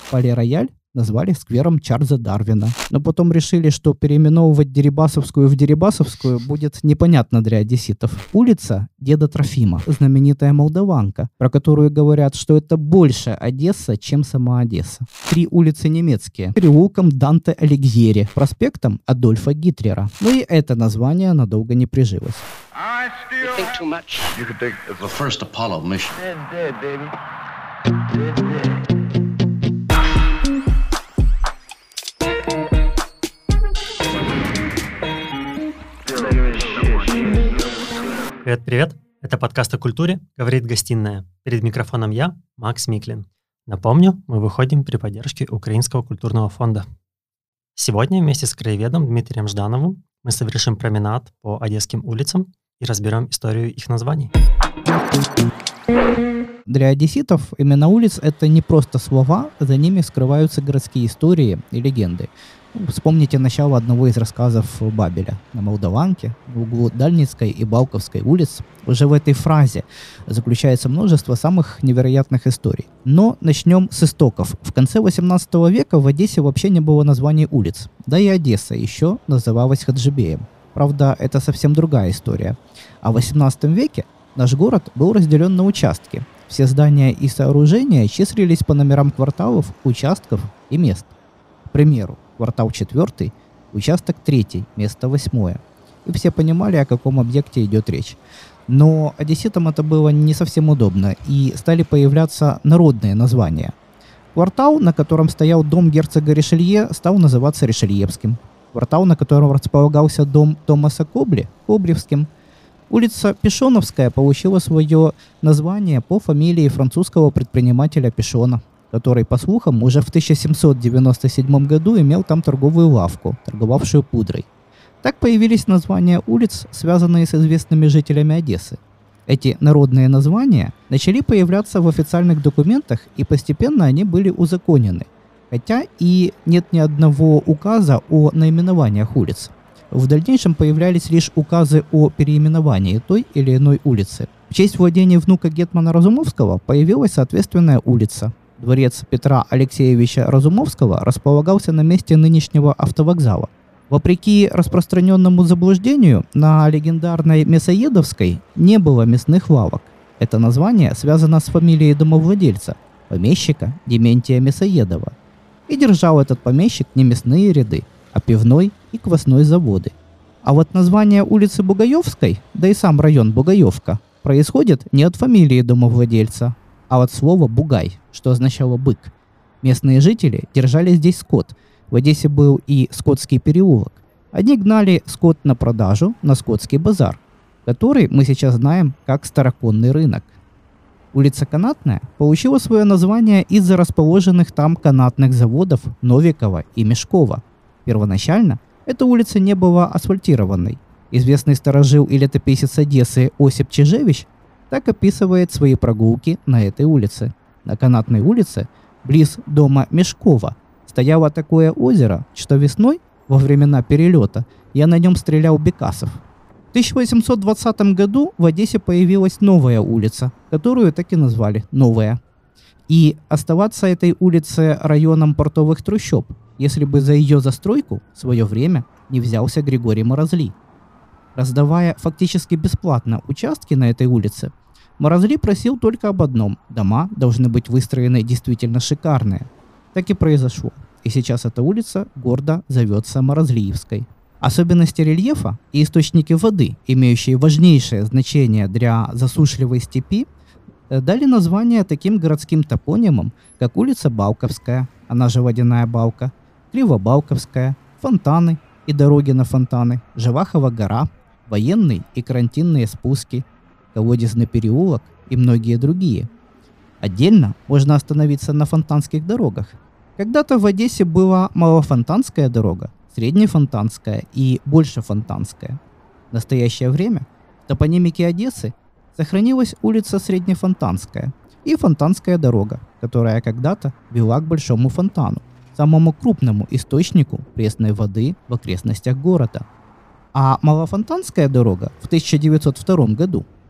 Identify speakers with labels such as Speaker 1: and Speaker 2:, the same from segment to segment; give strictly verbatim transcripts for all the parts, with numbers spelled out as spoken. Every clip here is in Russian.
Speaker 1: Пале-Рояль назвали сквером Чарльза Дарвина. Но потом решили, что переименовывать Дерибасовскую в Дерибасовскую будет непонятно для одесситов. Улица Деда Трофима, знаменитая молдаванка, про которую говорят, что это больше Одесса, чем сама Одесса. Три улицы немецкие. Переулком Данте Алигьери, проспектом Адольфа Гитлера. Но и это название надолго не прижилось.
Speaker 2: Привет-привет! Это подкаст о культуре «Говорит гостиная». Перед микрофоном я, Макс Миклин. Напомню, мы выходим при поддержке Украинского культурного фонда. Сегодня вместе с краеведом Дмитрием Ждановым мы совершим променад по одесским улицам и разберем историю их названий.
Speaker 1: Для одесситов имена улиц — это не просто слова, за ними скрываются городские истории и легенды. Вспомните начало одного из рассказов Бабеля. На Молдаванке, в углу Дальницкой и Балковской улиц, уже в этой фразе заключается множество самых невероятных историй. Но начнем с истоков. В конце восемнадцатого века в Одессе вообще не было названий улиц. Да и Одесса еще называлась Хаджибеем. Правда, это совсем другая история. А в восемнадцатом веке наш город был разделен на участки. Все здания и сооружения числились по номерам кварталов, участков и мест. К примеру, квартал четвертый, участок третий, место восьмое. И все понимали, о каком объекте идет речь. Но одесситам это было не совсем удобно, и стали появляться народные названия. Квартал, на котором стоял дом герцога Ришелье, стал называться Ришельевским. Квартал, на котором располагался дом Томаса Кобли, Кобревским. Улица Пешоновская получила свое название по фамилии французского предпринимателя Пешона, который, по слухам, уже в тысяча семьсот девяносто седьмом году имел там торговую лавку, торговавшую пудрой. Так появились названия улиц, связанные с известными жителями Одессы. Эти народные названия начали появляться в официальных документах, и постепенно они были узаконены. Хотя и нет ни одного указа о наименованиях улиц. В дальнейшем появлялись лишь указы о переименовании той или иной улицы. В честь владения внука гетмана Разумовского появилась соответственная улица. Дворец Петра Алексеевича Разумовского располагался на месте нынешнего автовокзала. Вопреки распространенному заблуждению, на легендарной Мясоедовской не было мясных лавок. Это название связано с фамилией домовладельца, помещика Дементия Мясоедова. И держал этот помещик не мясные ряды, а пивной и квасной заводы. А вот название улицы Бугаевской, да и сам район Бугаевка, происходит не от фамилии домовладельца, а от слова «бугай», что означало «бык». Местные жители держали здесь скот. В Одессе был и скотский переулок. Они гнали скот на продажу на скотский базар, который мы сейчас знаем как Староконный рынок. Улица Канатная получила свое название из-за расположенных там канатных заводов Новикова и Мешкова. Первоначально эта улица не была асфальтированной. Известный старожил и летописец Одессы Осип Чижевич так описывает свои прогулки на этой улице. На Канатной улице, близ дома Мешкова, стояло такое озеро, что весной, во времена перелета, я на нем стрелял бекасов. В тысяча восемьсот двадцатом году в Одессе появилась новая улица, которую так и назвали «Новая». И оставаться этой улице районом портовых трущоб, если бы за ее застройку в свое время не взялся Григорий Морозли. Раздавая фактически бесплатно участки на этой улице, Морозли просил только об одном – дома должны быть выстроены действительно шикарные. Так и произошло, и сейчас эта улица гордо зовется Морозлиевской. Особенности рельефа и источники воды, имеющие важнейшее значение для засушливой степи, дали название таким городским топонимам, как улица Балковская, она же Водяная Балка, Кривобалковская, Фонтаны и дороги на Фонтаны, Живахова гора, военные и карантинные спуски, Колодезный переулок и многие другие. Отдельно можно остановиться на фонтанских дорогах. Когда-то в Одессе была Малофонтанская дорога, Среднефонтанская и Большефонтанская. В настоящее время в топонимике Одессы сохранилась улица Среднефонтанская и Фонтанская дорога, которая когда-то вела к Большому фонтану, самому крупному источнику пресной воды в окрестностях города. А Малофонтанская дорога в тысяча девятьсот втором году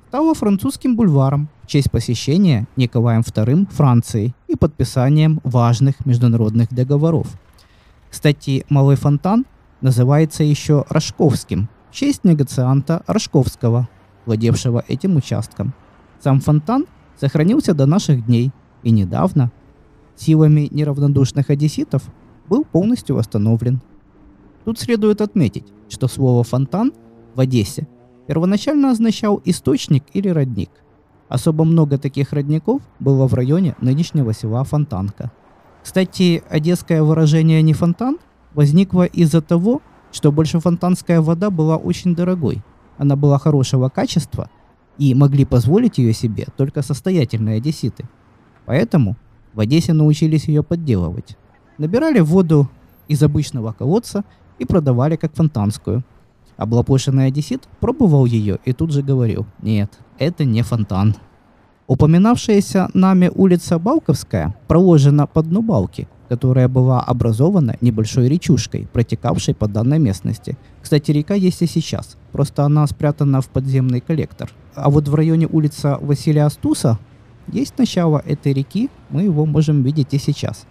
Speaker 1: стала французским бульваром в честь посещения Николаем вторым Франции и подписанием важных международных договоров. Кстати, Малый фонтан называется еще Рожковским в честь негацианта Рожковского, владевшего этим участком. Сам фонтан сохранился до наших дней и недавно силами неравнодушных одесситов был полностью восстановлен. Тут следует отметить, что слово «фонтан» в Одессе первоначально означал источник или родник. Особо много таких родников было в районе нынешнего села Фонтанка. Кстати, одесское выражение «не фонтан» возникло из-за того, что большефонтанская вода была очень дорогой. Она была хорошего качества, и могли позволить ее себе только состоятельные одесситы. Поэтому в Одессе научились ее подделывать. Набирали воду из обычного колодца и продавали как фонтанскую. Облапошенный одессит пробовал ее и тут же говорил: «Нет, это не фонтан». Упоминавшаяся нами улица Балковская проложена по дну Балки, которая была образована небольшой речушкой, протекавшей по данной местности. Кстати, река есть и сейчас, просто она спрятана в подземный коллектор. А вот в районе улицы Василия Астуса есть начало этой реки, мы его можем видеть и сейчас.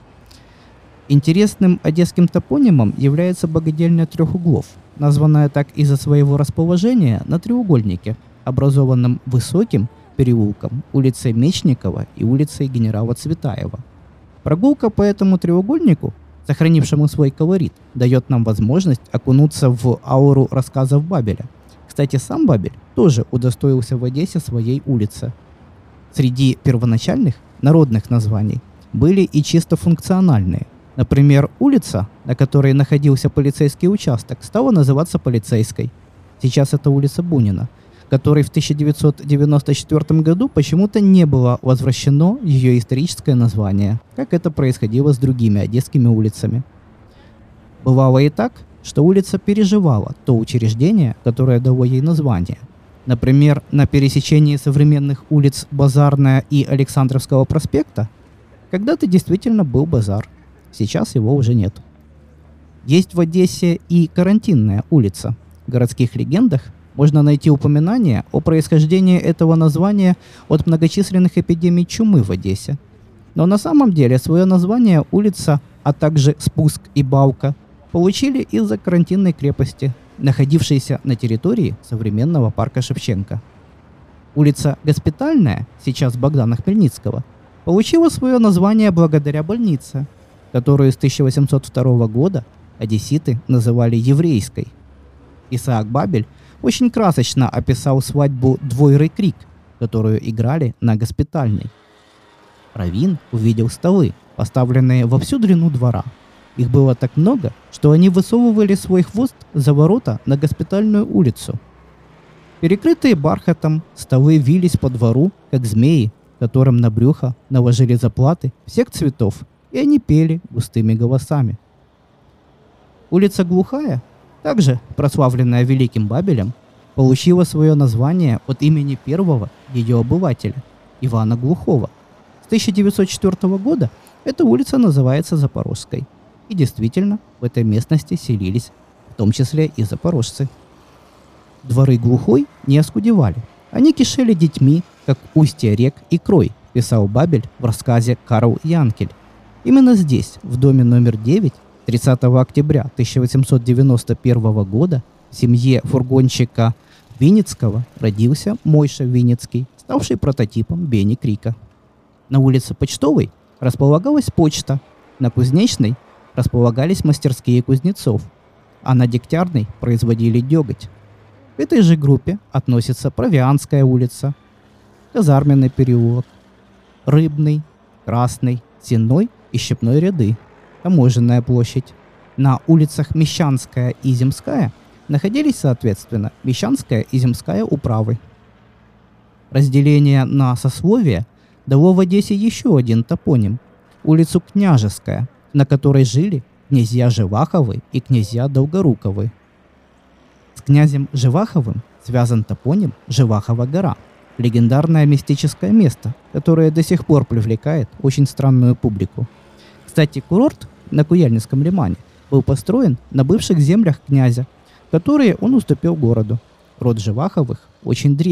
Speaker 1: Интересным одесским топонимом является богадельня трех углов, названная так из-за своего расположения на треугольнике, образованном высоким переулком, улицей Мечникова и улицей генерала Цветаева. Прогулка по этому треугольнику, сохранившему свой колорит, дает нам возможность окунуться в ауру рассказов Бабеля. Кстати, сам Бабель тоже удостоился в Одессе своей улицы. Среди первоначальных народных названий были и чисто функциональные. Например, улица, на которой находился полицейский участок, стала называться Полицейской. Сейчас это улица Бунина, которой в тысяча девятьсот девяносто четвёртом году почему-то не было возвращено ее историческое название, как это происходило с другими одесскими улицами. Бывало и так, что улица переживала то учреждение, которое дало ей название. Например, на пересечении современных улиц Базарная и Александровского проспекта когда-то действительно был базар. Сейчас его уже нет. Есть в Одессе и Карантинная улица. В городских легендах можно найти упоминание о происхождении этого названия от многочисленных эпидемий чумы в Одессе. Но на самом деле свое название улица, а также спуск и балка получили из-за карантинной крепости, находившейся на территории современного парка Шевченко. Улица Госпитальная, сейчас Богдана Хмельницкого, получила свое название благодаря больнице, которую с тысяча восемьсот второго года одесситы называли еврейской. Исаак Бабель очень красочно описал свадьбу «Двойрый крик», которую играли на Госпитальной. Раввин увидел столы, поставленные во всю длину двора. Их было так много, что они высовывали свой хвост за ворота на Госпитальную улицу. Перекрытые бархатом, столы вились по двору, как змеи, которым на брюхо наложили заплаты всех цветов, и они пели густыми голосами. Улица Глухая, также прославленная Великим Бабелем, получила свое название от имени первого ее обывателя, Ивана Глухого. С тысяча девятьсот четвёртого года эта улица называется Запорожской. И действительно, в этой местности селились, в том числе и запорожцы. Дворы Глухой не оскудевали. Они кишели детьми, как устья рек и крой, писал Бабель в рассказе «Карл Янкель». Именно здесь, в доме номер девять, тридцатого октября тысяча восемьсот девяносто первого года, в семье фургонщика Винницкого родился Мойша Винницкий, ставший прототипом Бенни Крика. На улице Почтовой располагалась почта, на Кузнечной располагались мастерские кузнецов, а на Дегтярной производили деготь. К этой же группе относится Провианская улица, Казарменный переулок, Рыбный, Красный, Сенной и Щепной ряды, Таможенная площадь. На улицах Мещанская и Земская находились, соответственно, Мещанская и Земская управы. Разделение на сословия дало в Одессе еще один топоним – улицу Княжеская, на которой жили князья Живаховы и князья Долгоруковы. С князем Живаховым связан топоним Живахова гора, легендарное мистическое место, которое до сих пор привлекает очень странную публику. Кстати, курорт на Куяльнинском лимане был построен на бывших землях князя, которые он уступил городу. Род Живаховых очень древний,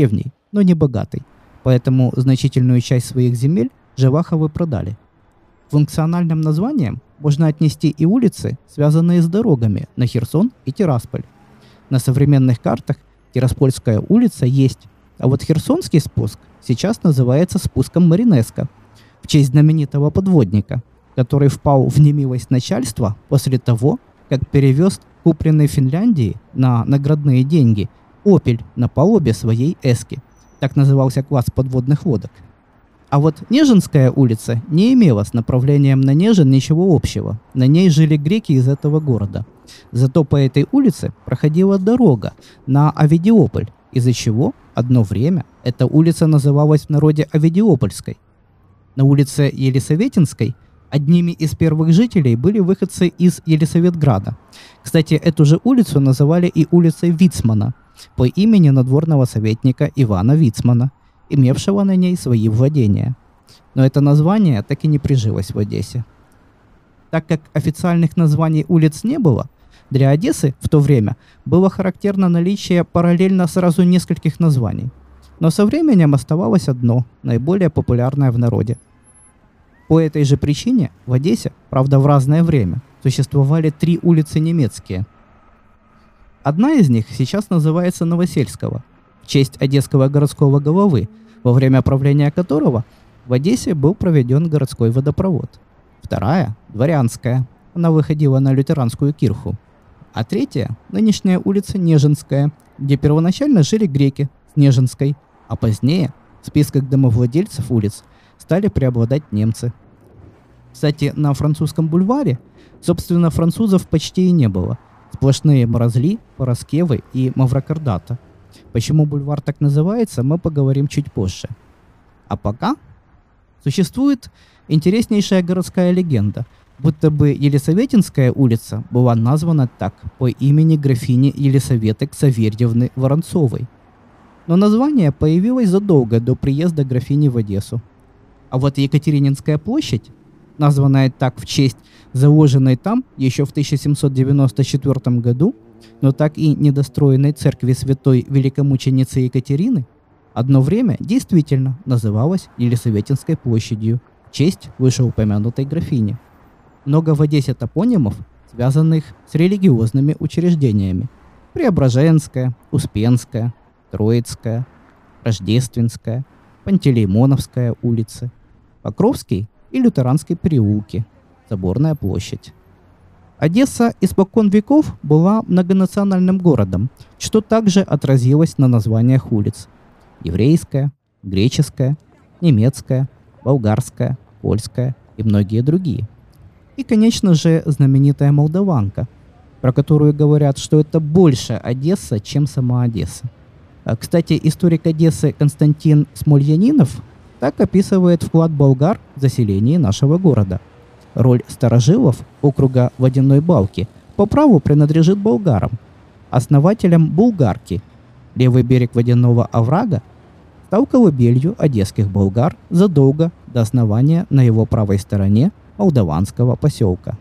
Speaker 1: но не богатый, поэтому значительную часть своих земель Живаховы продали. К функциональным названиям можно отнести и улицы, связанные с дорогами на Херсон и Тирасполь. На современных картах Тираспольская улица есть, а вот Херсонский спуск сейчас называется спуском Маринеско в честь знаменитого подводника, который впал в немилость начальства после того, как перевез купленный в Финляндии на наградные деньги «Опель» на палубе своей эски. Так назывался класс подводных лодок. А вот Нежинская улица не имела с направлением на Нежин ничего общего. На ней жили греки из этого города. Зато по этой улице проходила дорога на Авидиополь, из-за чего одно время эта улица называлась в народе Авидиопольской. На улице Елисаветинской одними из первых жителей были выходцы из Елисаветграда. Кстати, эту же улицу называли и улицей Вицмана по имени надворного советника Ивана Вицмана, имевшего на ней свои владения. Но это название так и не прижилось в Одессе. Так как официальных названий улиц не было, для Одессы в то время было характерно наличие параллельно сразу нескольких названий. Но со временем оставалось одно, наиболее популярное в народе. По этой же причине в Одессе, правда в разное время, существовали три улицы немецкие. Одна из них сейчас называется Новосельского, в честь одесского городского головы, во время правления которого в Одессе был проведен городской водопровод. Вторая – Дворянская, она выходила на лютеранскую кирху. А третья – нынешняя улица Нежинская, где первоначально жили греки с Нежинской, а позднее в списках домовладельцев улиц стали преобладать немцы. Кстати, на французском бульваре, собственно, французов почти и не было. Сплошные Морозли, Пороскевы и Маврокордата. Почему бульвар так называется, мы поговорим чуть позже. А пока существует интереснейшая городская легенда, будто бы Елисаветинская улица была названа так по имени графини Елисаветы Ксаверьевны Воронцовой. Но название появилось задолго до приезда графини в Одессу. А вот Екатерининская площадь, названная так в честь заложенной там еще в тысяча семьсот девяносто четвёртом году, но так и недостроенной церкви святой великомученицы Екатерины, одно время действительно называлась Елисаветинской площадью в честь вышеупомянутой графини. Много в Одессе топонимов, связанных с религиозными учреждениями. Преображенская, Успенская, Троицкая, Рождественская, Пантелеймоновская улицы, Покровский и Лютеранский переулки, Соборная площадь. Одесса испокон веков была многонациональным городом, что также отразилось на названиях улиц. Еврейская, греческая, немецкая, болгарская, польская и многие другие. И, конечно же, знаменитая Молдаванка, про которую говорят, что это больше Одесса, чем сама Одесса. Кстати, историк Одессы Константин Смольянинов так описывает вклад болгар в заселение нашего города. Роль старожилов округа Водяной Балки по праву принадлежит болгарам, основателям Булгарки. Левый берег водяного оврага стал колыбелью одесских болгар задолго до основания на его правой стороне молдаванского поселка.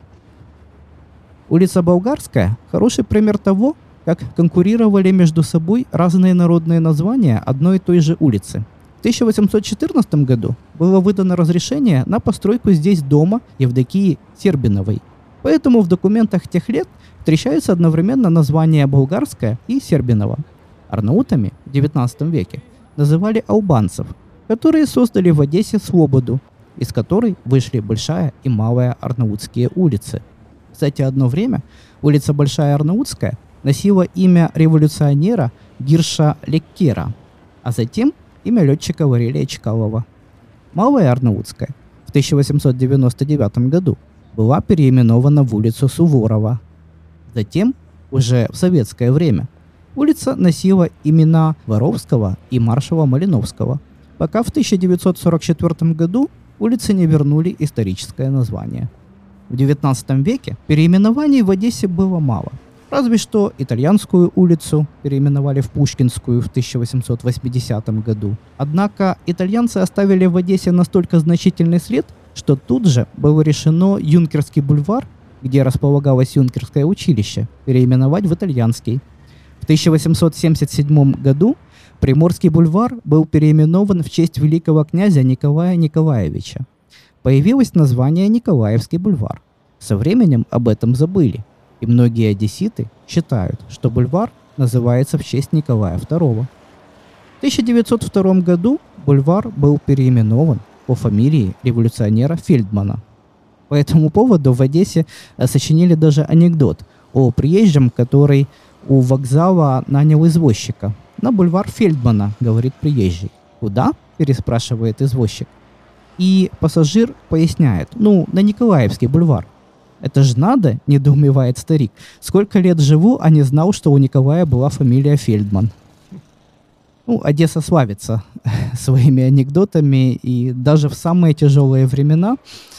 Speaker 1: Улица Болгарская – хороший пример того, как конкурировали между собой разные народные названия одной и той же улицы. В тысяча восемьсот четырнадцатом году было выдано разрешение на постройку здесь дома Евдокии Сербиновой. Поэтому в документах тех лет встречаются одновременно названия Болгарская и Сербинова. Арнаутами в девятнадцатом веке называли албанцев, которые создали в Одессе Слободу, из которой вышли Большая и Малая Арнаутские улицы. Кстати, одно время улица Большая Арнаутская носила имя революционера Гирша Леккера, а затем имя летчика Варелия Чкалова. Малая Арнаутская в тысяча восемьсот девяносто девятом году была переименована в улицу Суворова. Затем, уже в советское время, улица носила имена Воровского и маршала Малиновского, пока в тысяча девятьсот сорок четвёртом году улицы не вернули историческое название. В девятнадцатом веке переименований в Одессе было мало. Разве что Итальянскую улицу переименовали в Пушкинскую в тысяча восемьсот восьмидесятом году. Однако итальянцы оставили в Одессе настолько значительный след, что тут же было решено Юнкерский бульвар, где располагалось Юнкерское училище, переименовать в Итальянский. В тысяча восемьсот семьдесят седьмом году Приморский бульвар был переименован в честь великого князя Николая Николаевича. Появилось название Николаевский бульвар. Со временем об этом забыли, и многие одесситы считают, что бульвар называется в честь Николая второго. В тысяча девятьсот втором году бульвар был переименован по фамилии революционера Фельдмана. По этому поводу в Одессе сочинили даже анекдот о приезжем, который у вокзала нанял извозчика. «На бульвар Фельдмана», — говорит приезжий. «Куда?» — переспрашивает извозчик. И пассажир поясняет: «Ну, на Николаевский бульвар». «Это ж надо», — недоумевает старик. «Сколько лет живу, а не знал, что у Николая была фамилия Фельдман». Ну, Одесса славится своими анекдотами, и даже в самые тяжелые времена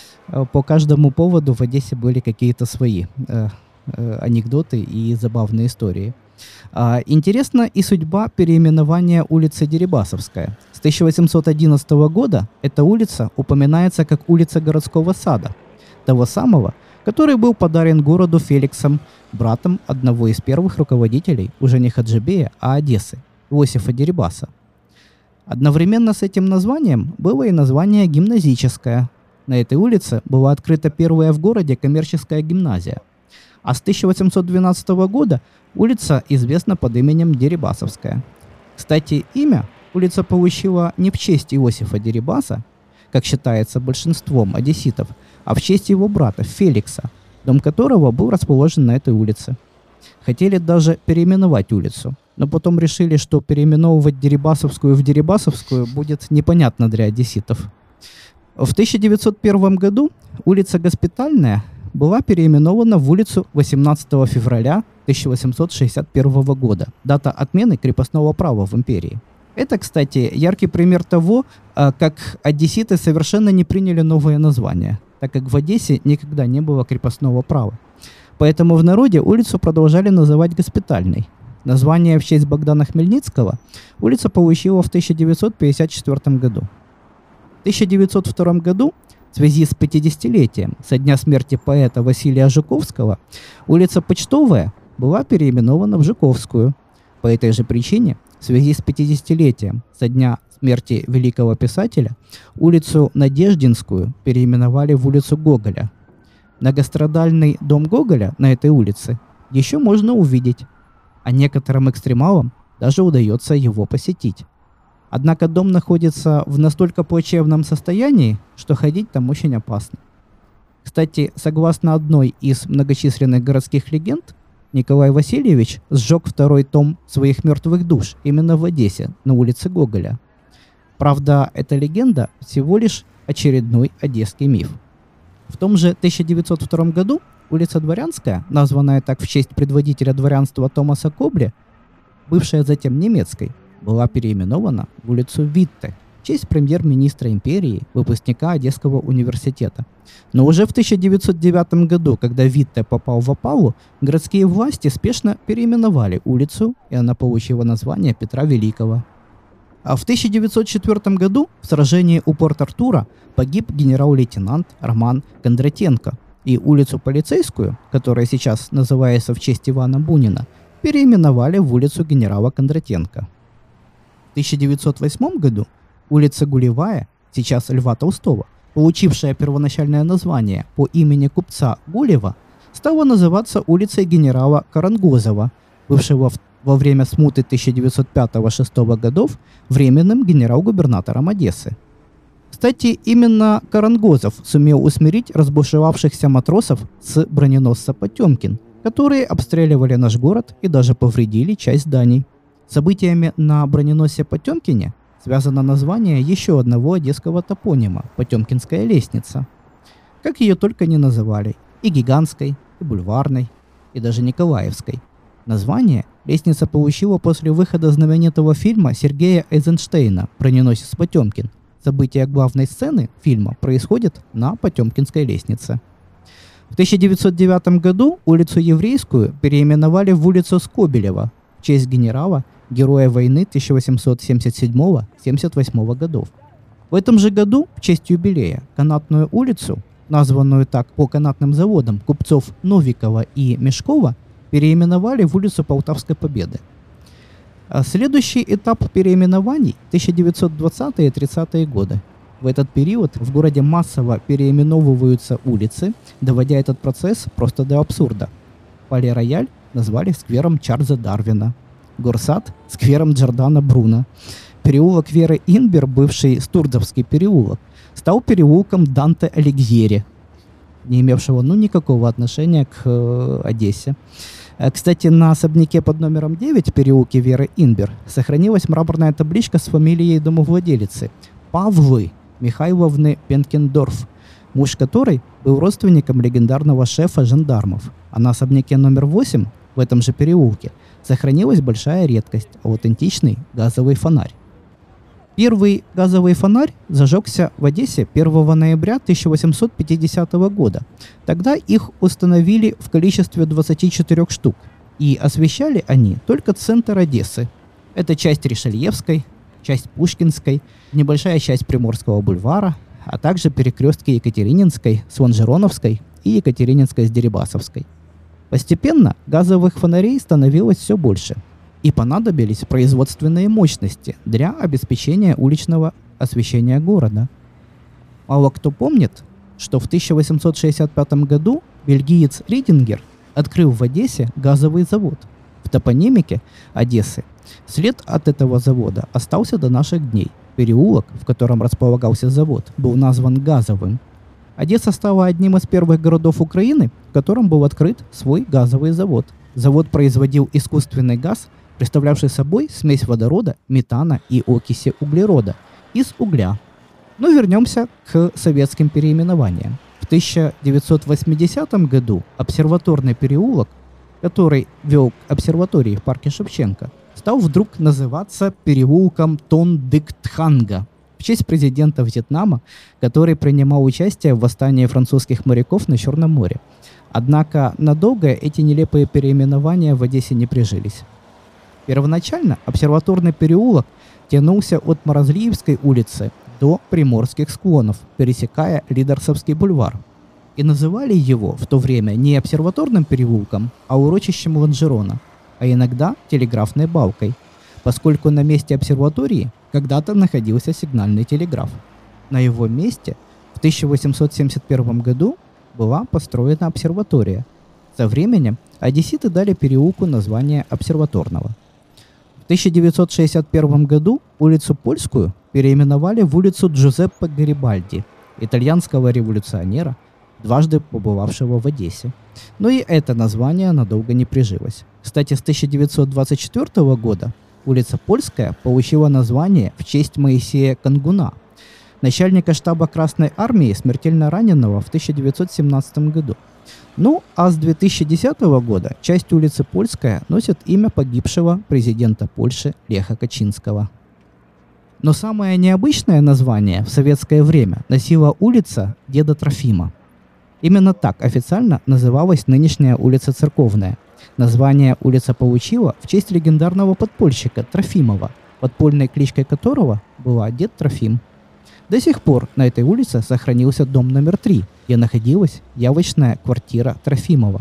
Speaker 1: по каждому поводу в Одессе были какие-то свои э, э, анекдоты и забавные истории. А, интересна и судьба переименования улицы Дерибасовская. С тысяча восемьсот одиннадцатого года эта улица упоминается как улица городского сада, того самого, который был подарен городу Феликсом, братом одного из первых руководителей уже не Хаджибея, а Одессы, Иосифа Дерибаса. Одновременно с этим названием было и название гимназическое. На этой улице была открыта первая в городе коммерческая гимназия. А с тысяча восемьсот двенадцатого года улица известна под именем Дерибасовская. Кстати, имя улица получила не в честь Иосифа Дерибаса, как считается большинством одесситов, а в честь его брата Феликса, дом которого был расположен на этой улице. Хотели даже переименовать улицу, но потом решили, что переименовывать Дерибасовскую в Дерибасовскую будет непонятно для одесситов. В тысяча девятьсот первом году улица Госпитальная была переименована в улицу восемнадцатого февраля тысяча восемьсот шестьдесят первого года, дата отмены крепостного права в империи. Это, кстати, яркий пример того, как одесситы совершенно не приняли новое название, так как в Одессе никогда не было крепостного права. Поэтому в народе улицу продолжали называть Госпитальной. Название в честь Богдана Хмельницкого улица получила в тысяча девятьсот пятьдесят четвёртом году. В тысяча девятьсот втором году, в связи с пятидесятилетием со дня смерти поэта Василия Жуковского, улица Почтовая была переименована в Жуковскую. По этой же причине, в связи с пятидесятилетием со дня смерти великого писателя, улицу Надеждинскую переименовали в улицу Гоголя. Многострадальный дом Гоголя на этой улице еще можно увидеть, а некоторым экстремалам даже удается его посетить. Однако дом находится в настолько плачевном состоянии, что ходить там очень опасно. Кстати, согласно одной из многочисленных городских легенд, Николай Васильевич сжег второй том своих мертвых душ именно в Одессе, на улице Гоголя. Правда, эта легенда всего лишь очередной одесский миф. В том же тысяча девятьсот втором году улица Дворянская, названная так в честь предводителя дворянства Томаса Кобле, бывшая затем немецкой, была переименована в улицу Витте в честь премьер-министра империи, выпускника Одесского университета. Но уже в тысяча девятьсот девятом году, когда Витте попал в опалу, городские власти спешно переименовали улицу, и она получила название Петра Великого. А в тысяча девятьсот четвёртом году в сражении у Порт-Артура погиб генерал-лейтенант Роман Кондратенко, и улицу Полицейскую, которая сейчас называется в честь Ивана Бунина, переименовали в улицу генерала Кондратенко. В тысяча девятьсот восьмом году улица Гулевая, сейчас Льва Толстого, получившая первоначальное название по имени купца Гулева, стала называться улицей генерала Карангозова, бывшего в, во время смуты тысяча девятьсот пятого — шестого годов временным генерал-губернатором Одессы. Кстати, именно Карангозов сумел усмирить разбушевавшихся матросов с броненосца «Потемкин», которые обстреливали наш город и даже повредили часть зданий. Событиями на броненосце «Потемкине» связано название еще одного одесского топонима – Потемкинская лестница. Как ее только не называли – и Гигантской, и Бульварной, и даже Николаевской. Название лестница получила после выхода знаменитого фильма Сергея Эйзенштейна «Броненосец Потемкин». События главной сцены фильма происходят на Потемкинской лестнице. В тысяча девятьсот девятом году улицу Еврейскую переименовали в улицу Скобелева в честь генерала, героя войны тысяча восемьсот семьдесят седьмого — семьдесят восьмого годов. В этом же году, в честь юбилея, канатную улицу, названную так по канатным заводам купцов Новикова и Мешкова, переименовали в улицу Полтавской Победы. А следующий этап переименований – тысяча девятьсот двадцатые и тридцатые годы. В этот период в городе массово переименовываются улицы, доводя этот процесс просто до абсурда. Пале-Рояль назвали сквером Чарльза Дарвина, Горсад – сквером Джордана Бруно, переулок Веры Инбер, бывший Стурдовский переулок, стал переулком Данте Алигьери, не имевшего ну никакого отношения к э, Одессе. Кстати, на особняке под номером девять в переулке Веры Инбер сохранилась мраморная табличка с фамилией домовладелицы Павлы Михайловны Пенкендорф, муж которой был родственником легендарного шефа жандармов. А на особняке номер восемь в этом же переулке сохранилась большая редкость – аутентичный газовый фонарь. Первый газовый фонарь зажегся в Одессе первого ноября тысяча восемьсот пятидесятого года. Тогда их установили в количестве двадцати четырёх штук, и освещали они только центр Одессы. Это часть Ришельевской, часть Пушкинской, небольшая часть Приморского бульвара, а также перекрестки Екатерининской с Лонжероновской и Екатерининской с Дерибасовской. Постепенно газовых фонарей становилось все больше, и понадобились производственные мощности для обеспечения уличного освещения города. Мало кто помнит, что в тысяча восемьсот шестьдесят пятом году бельгиец Ридингер открыл в Одессе газовый завод. В топонимике Одессы след от этого завода остался до наших дней. Переулок, в котором располагался завод, был назван Газовым. Одесса стала одним из первых городов Украины, в котором был открыт свой газовый завод. Завод производил искусственный газ, представлявший собой смесь водорода, метана и окиси углерода из угля. Но вернемся к советским переименованиям. В тысяча девятьсот восьмидесятом году обсерваторный переулок, который вел к обсерватории в парке Шевченко, стал вдруг называться переулком Тон-Дык-Тханга в честь президента Вьетнама, который принимал участие в восстании французских моряков на Черном море. Однако надолго эти нелепые переименования в Одессе не прижились. Первоначально обсерваторный переулок тянулся от Морозлиевской улицы до Приморских склонов, пересекая Лидерсовский бульвар. И называли его в то время не обсерваторным переулком, а урочищем Лонжерона, а иногда телеграфной балкой, поскольку на месте обсерватории когда-то находился сигнальный телеграф. На его месте в тысяча восемьсот семьдесят первом году была построена обсерватория. Со временем одесситы дали переулку название Обсерваторного. В тысяча девятьсот шестьдесят первом году улицу Польскую переименовали в улицу Джузеппе Гарибальди, итальянского революционера, дважды побывавшего в Одессе. Но и это название надолго не прижилось. Кстати, с тысяча девятьсот двадцать четвёртого года улица Польская получила название в честь Моисея Кангуна, начальника штаба Красной Армии, смертельно раненого в тысяча девятьсот семнадцатом году. Ну, а с две тысячи десятого года часть улицы Польская носит имя погибшего президента Польши Леха Качинского. Но самое необычное название в советское время носила улица Деда Трофима. Именно так официально называлась нынешняя улица Церковная. Название улица получила в честь легендарного подпольщика Трофимова, подпольной кличкой которого была Дед Трофим. До сих пор на этой улице сохранился дом номер три, где находилась явочная квартира Трофимова.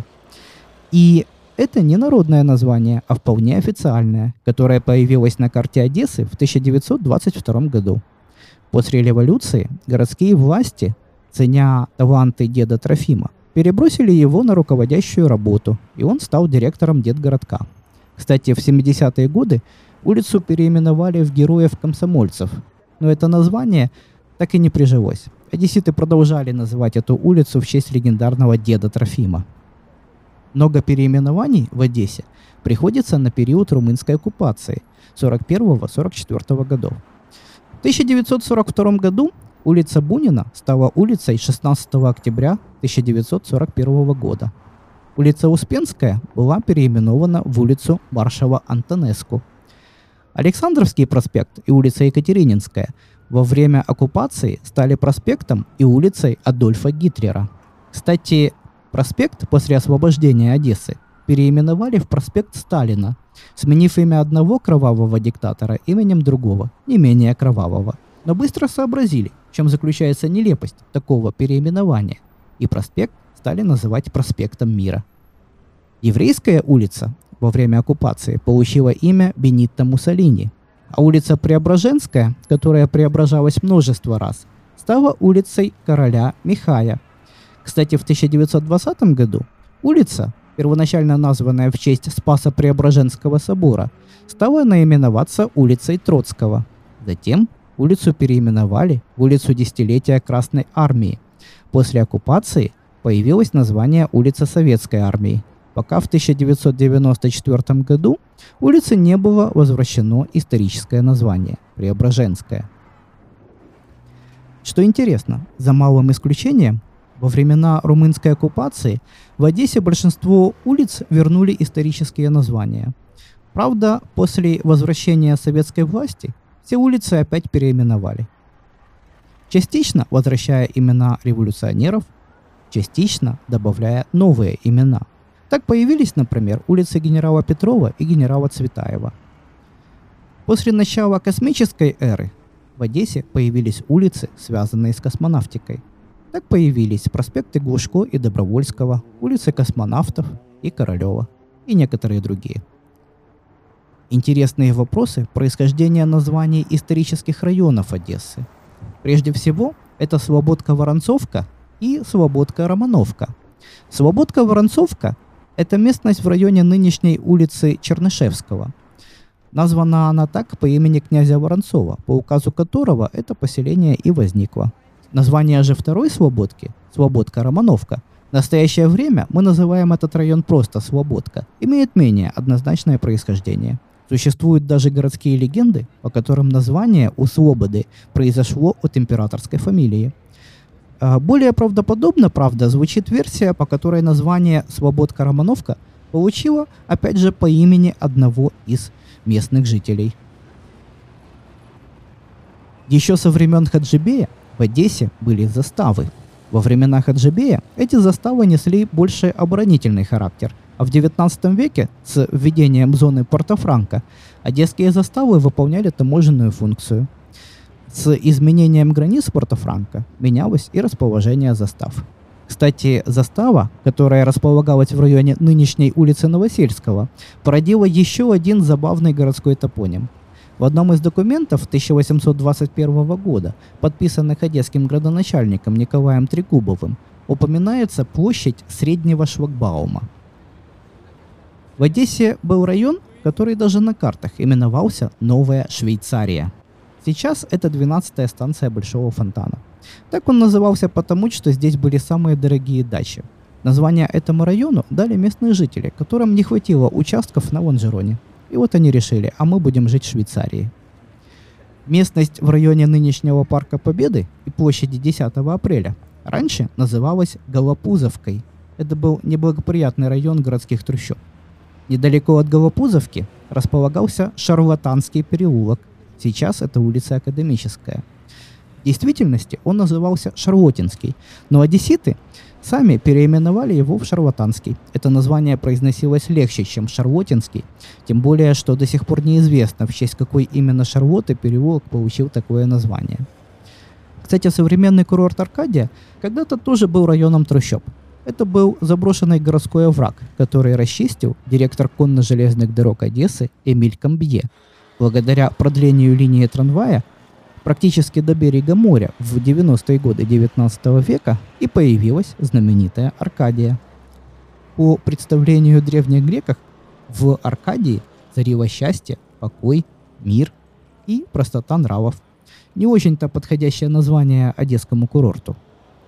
Speaker 1: И это не народное название, а вполне официальное, которое появилось на карте Одессы в тысяча девятьсот двадцать втором году. После революции городские власти, ценя таланты деда Трофима, перебросили его на руководящую работу, и он стал директором Дедгородка. Кстати, в семидесятые годы улицу переименовали в Героев-комсомольцев, но это название так и не прижилось. Одесситы продолжали называть эту улицу в честь легендарного деда Трофима. Много переименований в Одессе приходится на период румынской оккупации сорок первого — сорок четвёртого годов. В тысяча девятьсот сорок втором году улица Бунина стала улицей шестнадцатого октября тысяча девятьсот сорок первого года. Улица Успенская была переименована в улицу маршала Антонеску. Александровский проспект и улица Екатерининская во время оккупации стали проспектом и улицей Адольфа Гитлера. Кстати, проспект после освобождения Одессы переименовали в проспект Сталина, сменив имя одного кровавого диктатора именем другого, не менее кровавого. Но быстро сообразили, в чем заключается нелепость такого переименования, и проспект стали называть проспектом Мира. Еврейская улица во время оккупации получила имя Бенитто Муссолини, а улица Преображенская, которая преображалась множество раз, стала улицей короля Михая. Кстати, в тысяча девятьсот двадцатом году улица, первоначально названная в честь Спасо-Преображенского собора, стала наименоваться улицей Троцкого. Затем улицу переименовали в улицу Десятилетия Красной Армии. После оккупации появилось название улица Советской Армии, пока в тысяча девятьсот девяносто четвёртом году улице не было возвращено историческое название – Преображенская. Что интересно, за малым исключением, во времена румынской оккупации в Одессе большинство улиц вернули исторические названия. Правда, после возвращения советской власти все улицы опять переименовали. Частично возвращая имена революционеров, частично добавляя новые имена. Так появились, например, улицы генерала Петрова и генерала Цветаева. После начала космической эры в Одессе появились улицы, связанные с космонавтикой. Так появились проспекты Глушко и Добровольского, улицы космонавтов и Королева и некоторые другие. Интересные вопросы происхождения названий исторических районов Одессы. Прежде всего, это Слободка-Воронцовка и Слободка-Романовка. Слободка-Воронцовка – это местность в районе нынешней улицы Чернышевского. Названа она так по имени князя Воронцова, по указу которого это поселение и возникло. Название же второй Слободки – Слободка-Романовка. В настоящее время мы называем этот район просто Слободка, имеет менее однозначное происхождение. Существуют даже городские легенды, по которым название у Слободы произошло от императорской фамилии. Более правдоподобно, правда, звучит версия, по которой название Слободка-Романовка получило, опять же, по имени одного из местных жителей. Еще со времен Хаджибея в Одессе были заставы. Во времена Хаджибея эти заставы несли больше оборонительный характер, а в девятнадцатом веке с введением зоны Порто-Франко одесские заставы выполняли таможенную функцию. С изменением границ Порто-Франко менялось и расположение застав. Кстати, застава, которая располагалась в районе нынешней улицы Новосельского, породила еще один забавный городской топоним. В одном из документов тысяча восемьсот двадцать первого года, подписанных одесским градоначальником Николаем Трегубовым, упоминается площадь Среднего Шлагбаума. В Одессе был район, который даже на картах именовался Новая Швейцария. Сейчас это двенадцатая станция Большого Фонтана. Так он назывался потому, что здесь были самые дорогие дачи. Название этому району дали местные жители, которым не хватило участков на Лонжероне. И вот они решили, а мы будем жить в Швейцарии. Местность в районе нынешнего Парка Победы и площади десятого апреля раньше называлась Голопузовкой. Это был неблагоприятный район городских трущоб. Недалеко от Голопузовки располагался Шарлатанский переулок. Сейчас это улица Академическая. В действительности он назывался Шарлотинский, но одесситы сами переименовали его в Шарлатанский. Это название произносилось легче, чем Шарлотинский, тем более, что до сих пор неизвестно, в честь какой именно Шарлотты переулок получил такое название. Кстати, современный курорт Аркадия когда-то тоже был районом трущоб. Это был заброшенный городской овраг, который расчистил директор конно-железных дорог Одессы Эмиль Камбье. Благодаря продлению линии трамвая практически до берега моря в девяностые годы девятнадцатого века и появилась знаменитая Аркадия. По представлению древних греков, в Аркадии царило счастье, покой, мир и простота нравов. Не очень-то подходящее название одесскому курорту.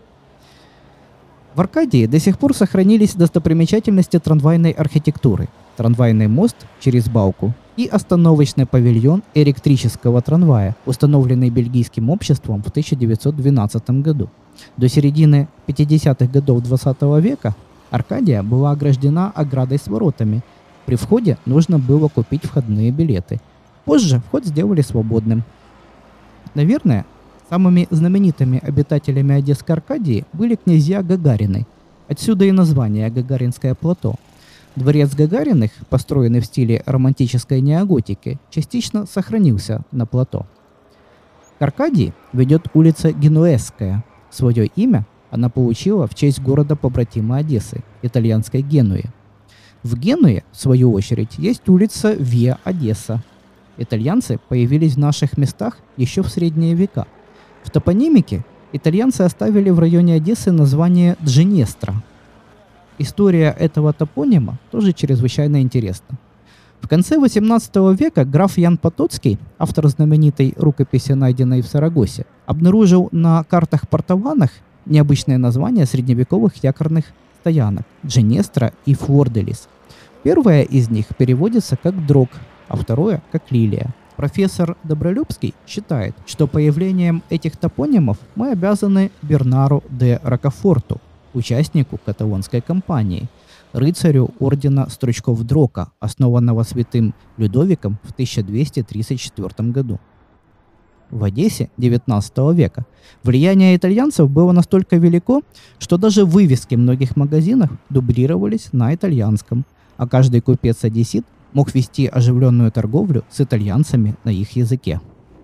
Speaker 1: В Аркадии до сих пор сохранились достопримечательности трамвайной архитектуры. Трамвайный мост через балку и остановочный павильон электрического трамвая, установленный бельгийским обществом в тысяча девятьсот двенадцатом году. До середины пятидесятых годов двадцатого века Аркадия была ограждена оградой с воротами. При входе нужно было купить входные билеты. Позже вход сделали свободным. Наверное, самыми знаменитыми обитателями Одесской Аркадии были князья Гагарины. Отсюда и название Гагаринское плато. Дворец Гагариных, построенный в стиле романтической неоготики, частично сохранился на плато. К Аркадии ведет улица Генуэзская. Свое имя она получила в честь города-побратима Одессы, итальянской Генуи. В Генуе, в свою очередь, есть улица Виа Одесса. Итальянцы появились в наших местах еще в средние века. В топонимике итальянцы оставили в районе Одессы название Джинестра. История этого топонима тоже чрезвычайно интересна. В конце восемнадцатого века граф Ян Потоцкий, автор знаменитой рукописи, найденной в Сарагосе, обнаружил на картах Портованах необычное название средневековых якорных стоянок – Джинестра и Флорделис. Первое из них переводится как «дрог», а второе – как «лилия». Профессор Добролюбский считает, что появлением этих топонимов мы обязаны Бернару де Рокафорту, участнику каталонской кампании, рыцарю ордена Стручков Дрока, основанного святым Людовиком в тысяча двести тридцать четвёртом году. В Одессе девятнадцатого века влияние итальянцев было настолько велико, что даже вывески многих магазинов дублировались на итальянском, а каждый купец-одессит мог вести оживленную торговлю с итальянцами на их языке.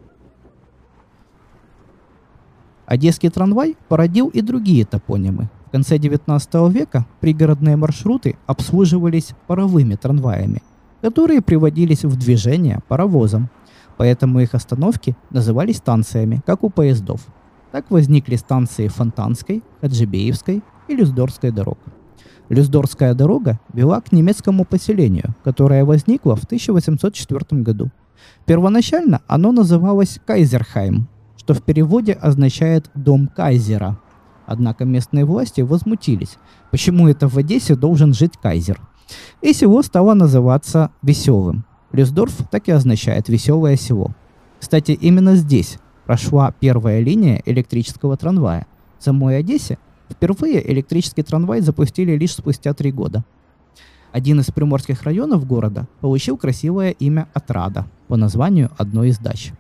Speaker 1: Одесский трамвай породил и другие топонимы. В конце девятнадцатого века пригородные маршруты обслуживались паровыми трамваями, которые приводились в движение паровозом, поэтому их остановки назывались станциями, как у поездов. Так возникли станции Фонтанской, Хаджибеевской и Люсдорской дорог. Люсдорская дорога вела к немецкому поселению, которое возникло в тысяча восемьсот четвёртом году. Первоначально оно называлось Кайзерхайм, что в переводе означает «дом кайзера». Однако местные власти возмутились, почему это в Одессе должен жить кайзер. И село стало называться Веселым. Люсдорф так и означает «веселое село». Кстати, именно здесь прошла первая линия электрического трамвая. В самой Одессе впервые электрический трамвай запустили лишь спустя три года. Один из приморских районов города получил красивое имя Отрада по названию одной из дач.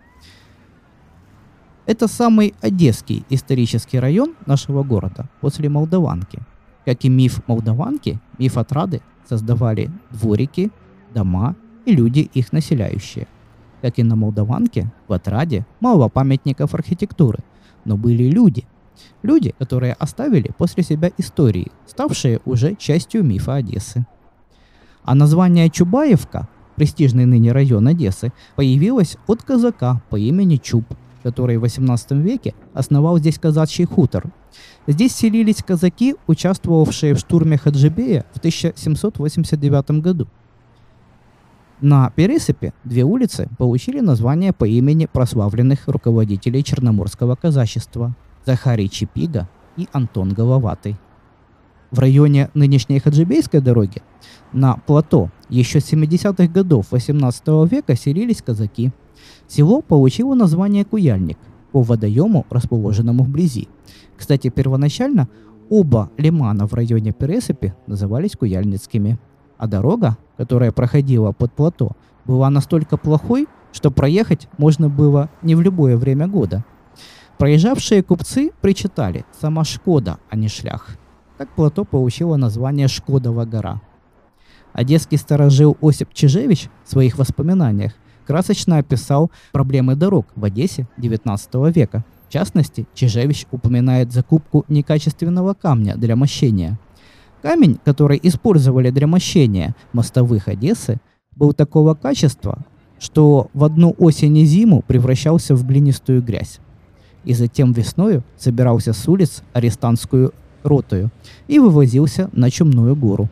Speaker 1: Это самый одесский исторический район нашего города после Молдаванки. Как и миф Молдаванки, миф Отрады создавали дворики, дома и люди, их населяющие. Как и на Молдаванке, в Отраде мало памятников архитектуры, но были люди. Люди, которые оставили после себя истории, ставшие уже частью мифа Одессы. А название Чубаевка, престижный ныне район Одессы, появилось от казака по имени Чуб, который в восемнадцатом веке основал здесь казачий хутор. Здесь селились казаки, участвовавшие в штурме Хаджибея в тысяча семьсот восемьдесят девятом году. На Пересыпе две улицы получили название по имени прославленных руководителей черноморского казачества – Захарий Чипига и Антон Головатый. В районе нынешней Хаджибейской дороги на плато еще с семидесятых годов восемнадцатого века селились казаки. Село получило название Куяльник по водоему, расположенному вблизи. Кстати, первоначально оба лимана в районе Пересыпи назывались Куяльницкими, а дорога, которая проходила под плато, была настолько плохой, что проехать можно было не в любое время года. Проезжавшие купцы причитали: сама Шкода, а не шлях. Так плато получило название Шкодова гора. Одесский старожил Осип Чижевич в своих воспоминаниях красочно описал проблемы дорог в Одессе девятнадцатого века. В частности, Чижевич упоминает закупку некачественного камня для мощения. Камень, который использовали для мощения мостовых Одессы, был такого качества, что в одну осень и зиму превращался в глинистую грязь. И затем весною собирался с улиц арестантскую ротою и вывозился на Чумную гору.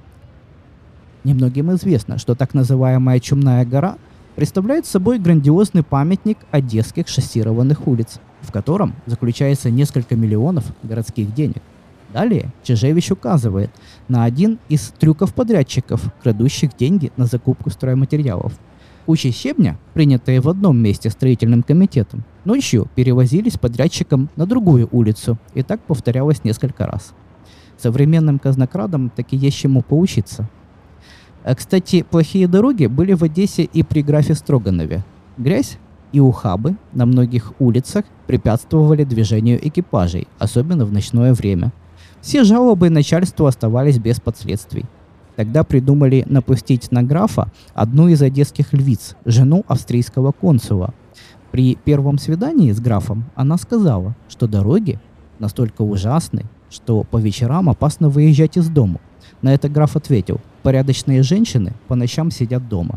Speaker 1: Немногим известно, что так называемая Чумная гора представляет собой грандиозный памятник одесских шоссированных улиц, в котором заключается несколько миллионов городских денег. Далее Чижевич указывает на один из трюков подрядчиков, крадущих деньги на закупку стройматериалов. Кучи щебня, принятые в одном месте строительным комитетом, ночью перевозились подрядчиком на другую улицу, и так повторялось несколько раз. Современным казнокрадам таки есть чему поучиться. Кстати, плохие дороги были в Одессе и при графе Строганове. Грязь и ухабы на многих улицах препятствовали движению экипажей, особенно в ночное время. Все жалобы начальству оставались без последствий. Тогда придумали напустить на графа одну из одесских львиц, жену австрийского консула. При первом свидании с графом она сказала, что дороги настолько ужасны, что по вечерам опасно выезжать из дому. На это граф ответил: порядочные женщины по ночам сидят дома.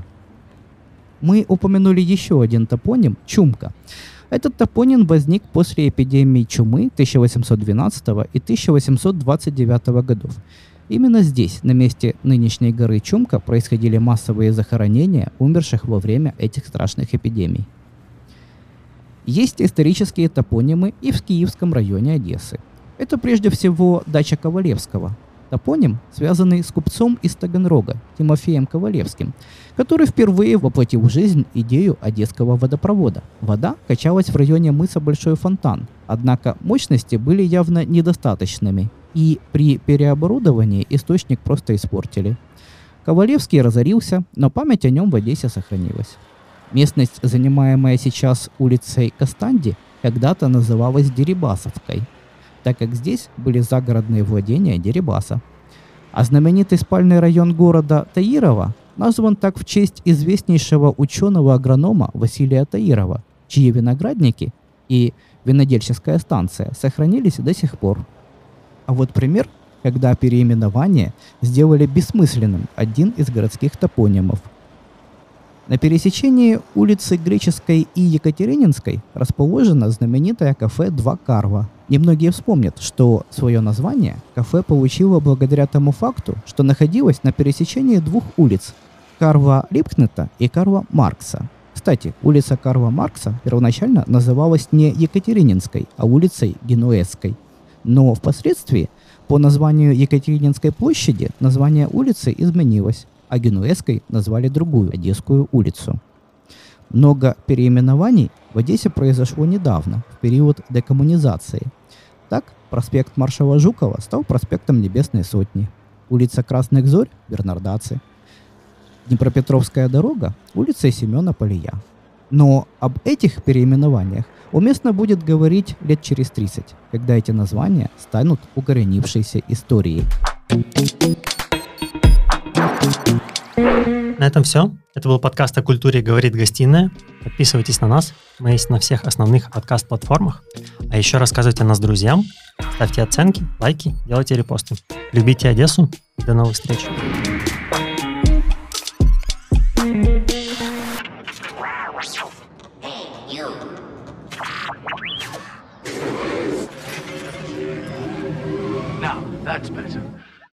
Speaker 1: Мы упомянули еще один топоним – Чумка. Этот топоним возник после эпидемии чумы тысяча восемьсот двенадцатого и тысяча восемьсот двадцать девятого годов. Именно здесь, на месте нынешней горы Чумка, происходили массовые захоронения умерших во время этих страшных эпидемий. Есть исторические топонимы и в Киевском районе Одессы. Это прежде всего дача Ковалевского. Топоним, связанный с купцом из Таганрога Тимофеем Ковалевским, который впервые воплотил в жизнь идею одесского водопровода. Вода качалась в районе мыса Большой Фонтан, однако мощности были явно недостаточными, и при переоборудовании источник просто испортили. Ковалевский разорился, но память о нем в Одессе сохранилась. Местность, занимаемая сейчас улицей Костанди, когда-то называлась Дерибасовкой, так как здесь были загородные владения Дерибаса. А знаменитый спальный район города Таирова назван так в честь известнейшего ученого-агронома Василия Таирова, чьи виноградники и винодельческая станция сохранились до сих пор. А вот пример, когда переименование сделали бессмысленным один из городских топонимов. На пересечении улицы Греческой и Екатерининской расположено знаменитое кафе «Два Карва». Немногие вспомнят, что свое название кафе получило благодаря тому факту, что находилось на пересечении двух улиц – Карла Липкнета и Карла Маркса. Кстати, улица Карла Маркса первоначально называлась не Екатерининской, а улицей Генуэзской. Но впоследствии по названию Екатерининской площади название улицы изменилось, а Генуэзской назвали другую Одесскую улицу. Много переименований в Одессе произошло недавно, в период декоммунизации. Так, проспект маршала Жукова стал проспектом Небесной Сотни, улица Красных Зорь – Бернардаци, Днепропетровская дорога – улица Семена Полия. Но об этих переименованиях уместно будет говорить лет через тридцать, когда эти названия станут укоренившейся историей.
Speaker 2: На этом все. Это был подкаст о культуре «Говорит гостиная». Подписывайтесь на нас. Мы есть на всех основных подкаст-платформах. А еще рассказывайте о нас друзьям. Ставьте оценки, лайки, делайте репосты. Любите Одессу. И до новых встреч.
Speaker 3: Now, that's better.